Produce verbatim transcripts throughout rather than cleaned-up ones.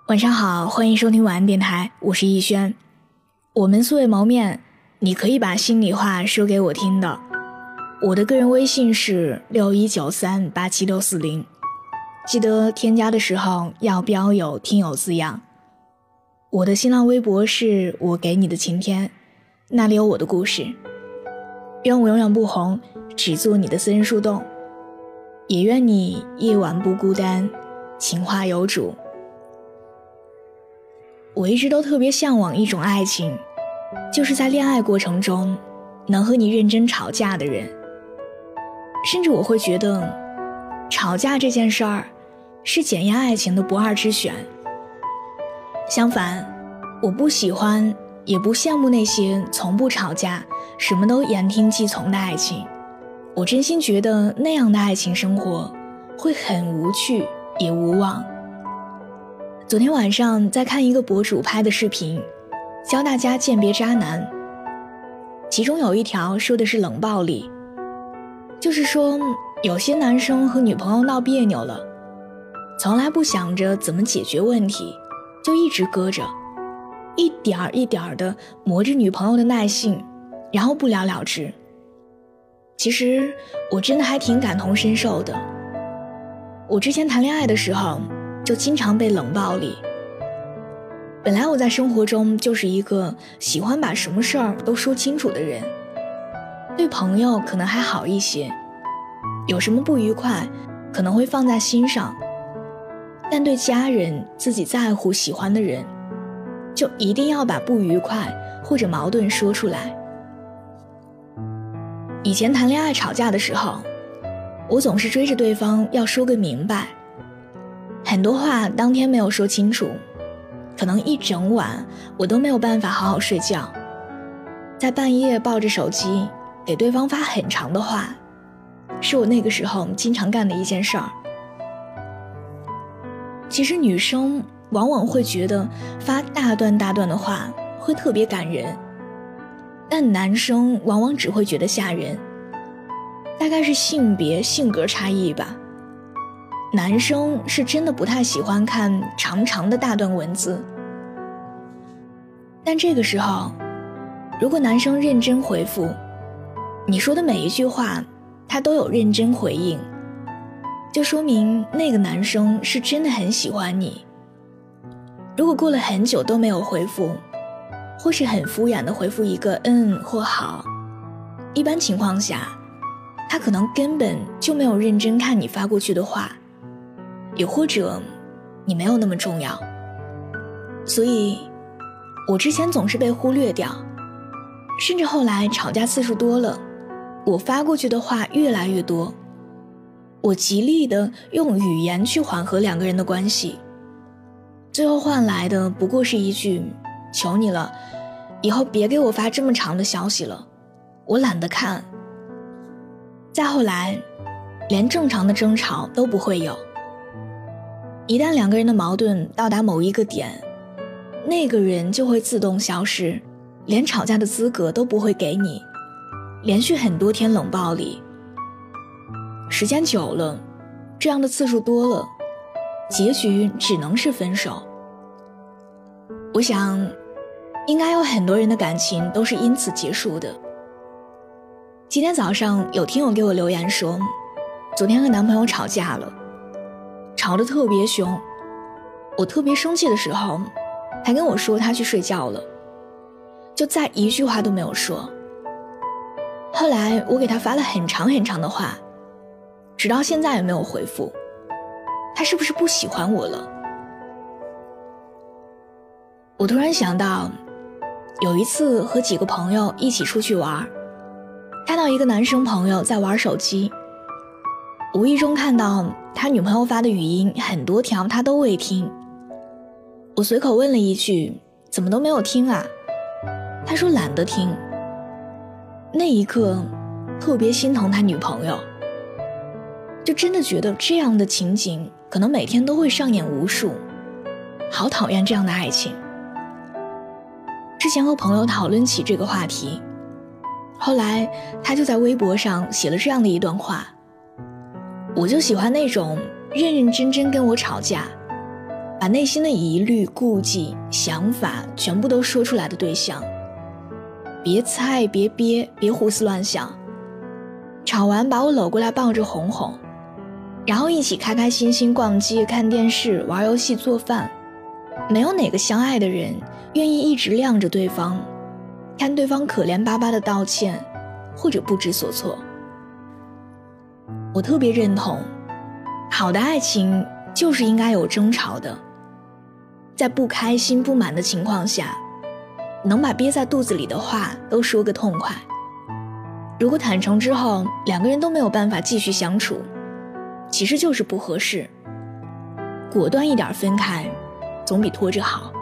晚上好，欢迎收听晚安电台，我是逸轩。我们素未谋面，你可以把心里话说给我听的。我的个人微信是六一九三八七六四零，记得添加的时候要标有听友字样。我的新浪微博是我给你的晴天，那里有我的故事。愿我永远不红，只做你的私人树洞，也愿你夜晚不孤单，情话有主。我一直都特别向往一种爱情，就是在恋爱过程中能和你认真吵架的人。甚至我会觉得吵架这件事儿是检验爱情的不二之选。相反，我不喜欢也不羡慕那些从不吵架什么都言听计从的爱情。我真心觉得那样的爱情生活会很无趣也无望。昨天晚上在看一个博主拍的视频，教大家鉴别渣男。其中有一条说的是冷暴力，就是说有些男生和女朋友闹别扭了，从来不想着怎么解决问题，就一直搁着，一点一点的磨着女朋友的耐性，然后不了了之。其实我真的还挺感同身受的。我之前谈恋爱的时候就经常被冷暴力。本来我在生活中就是一个喜欢把什么事儿都说清楚的人，对朋友可能还好一些，有什么不愉快可能会放在心上，但对家人、自己在乎喜欢的人，就一定要把不愉快或者矛盾说出来。以前谈恋爱吵架的时候，我总是追着对方要说个明白，很多话当天没有说清楚，可能一整晚我都没有办法好好睡觉，在半夜抱着手机给对方发很长的话，是我那个时候经常干的一件事儿。其实女生往往会觉得发大段大段的话会特别感人，但男生往往只会觉得吓人，大概是性别性格差异吧。男生是真的不太喜欢看长长的大段文字，但这个时候如果男生认真回复，你说的每一句话他都有认真回应，就说明那个男生是真的很喜欢你。如果过了很久都没有回复，或是很敷衍的回复一个嗯或好，一般情况下他可能根本就没有认真看你发过去的话，也或者你没有那么重要。所以我之前总是被忽略掉，甚至后来吵架次数多了，我发过去的话越来越多，我极力的用语言去缓和两个人的关系，最后换来的不过是一句求你了，以后别给我发这么长的消息了，我懒得看。再后来连正常的争吵都不会有，一旦两个人的矛盾到达某一个点，那个人就会自动消失，连吵架的资格都不会给你，连续很多天冷暴力。时间久了，这样的次数多了，结局只能是分手。我想应该有很多人的感情都是因此结束的。今天早上有听友给我留言说，昨天和男朋友吵架了，吵得特别凶，我特别生气的时候还跟我说他去睡觉了，就再一句话都没有说。后来我给他发了很长很长的话，直到现在也没有回复，他是不是不喜欢我了？我突然想到，有一次和几个朋友一起出去玩，看到一个男生朋友在玩手机，无意中看到他女朋友发的语音很多条他都未听，我随口问了一句怎么都没有听啊？他说懒得听。那一刻特别心疼他女朋友，就真的觉得这样的情景可能每天都会上演无数，好讨厌这样的爱情。之前和朋友讨论起这个话题，后来他就在微博上写了这样的一段话，我就喜欢那种认认真真跟我吵架， 把内心的疑虑、顾忌、想法全部都说出来的对象。别猜，别憋，别胡思乱想。吵完把我搂过来抱着哄哄，然后一起开开心心逛街、看电视、玩游戏、做饭。没有哪个相爱的人愿意一直晾着对方，看对方可怜巴巴的道歉或者不知所措。我特别认同，好的爱情就是应该有争吵的，在不开心不满的情况下，能把憋在肚子里的话都说个痛快。如果坦诚之后两个人都没有办法继续相处，其实就是不合适，果断一点分开总比拖着好。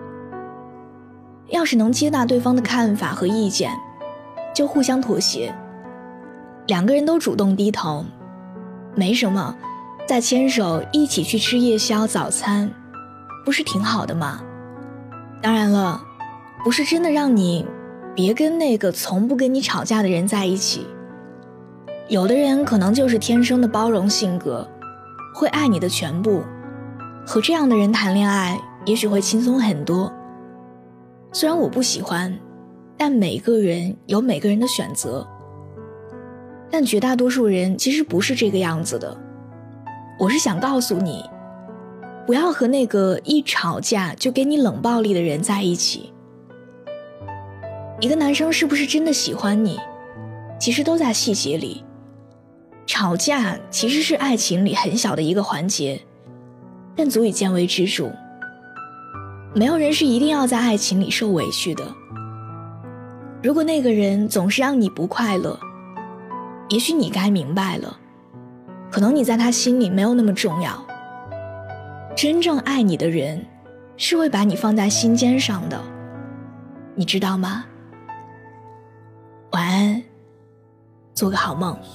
要是能接纳对方的看法和意见，就互相妥协，两个人都主动低头，没什么，再牵手一起去吃夜宵早餐，不是挺好的吗？当然了，不是真的让你别跟那个从不跟你吵架的人在一起。有的人可能就是天生的包容性格，会爱你的全部，和这样的人谈恋爱也许会轻松很多。虽然我不喜欢，但每个人有每个人的选择。但绝大多数人其实不是这个样子的。我是想告诉你，不要和那个一吵架就给你冷暴力的人在一起。一个男生是不是真的喜欢你，其实都在细节里。吵架其实是爱情里很小的一个环节，但足以见微知著。没有人是一定要在爱情里受委屈的。如果那个人总是让你不快乐，也许你该明白了，可能你在他心里没有那么重要。真正爱你的人是会把你放在心尖上的，你知道吗？晚安，做个好梦。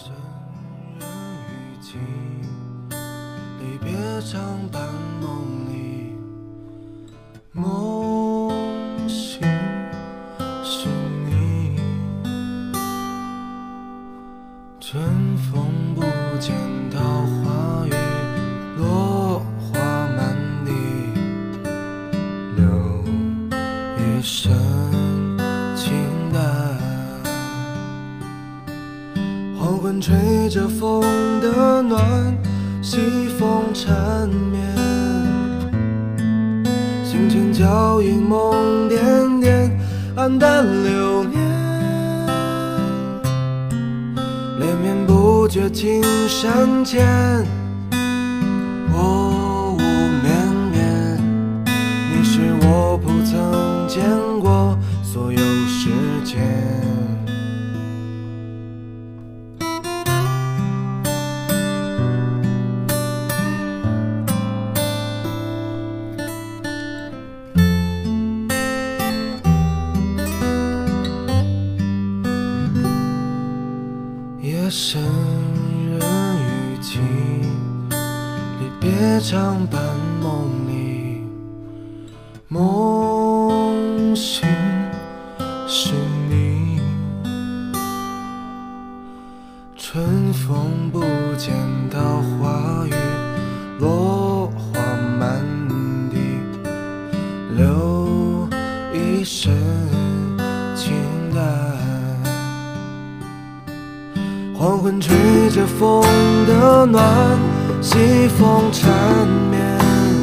离别常伴梦里，梦醒是你，春风不见桃花雨，落花满地，留一身清淡。黄昏吹着风的暖，西风缠绵，星辰脚印梦点点，黯淡流年。连绵不绝青山前，我无绵绵，你是我不曾见过所有世间。夜深人语静，离别常伴梦里，梦醒是你。春风不见桃花雨，落花满地，留一身清淡。黄昏吹着风的暖，西风缠绵，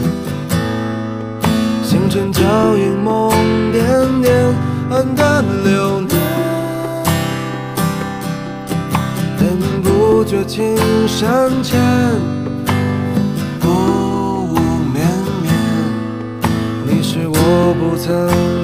星辰脚印梦点点，黯淡流年。连绵不绝青山前，我无绵绵，你是我不曾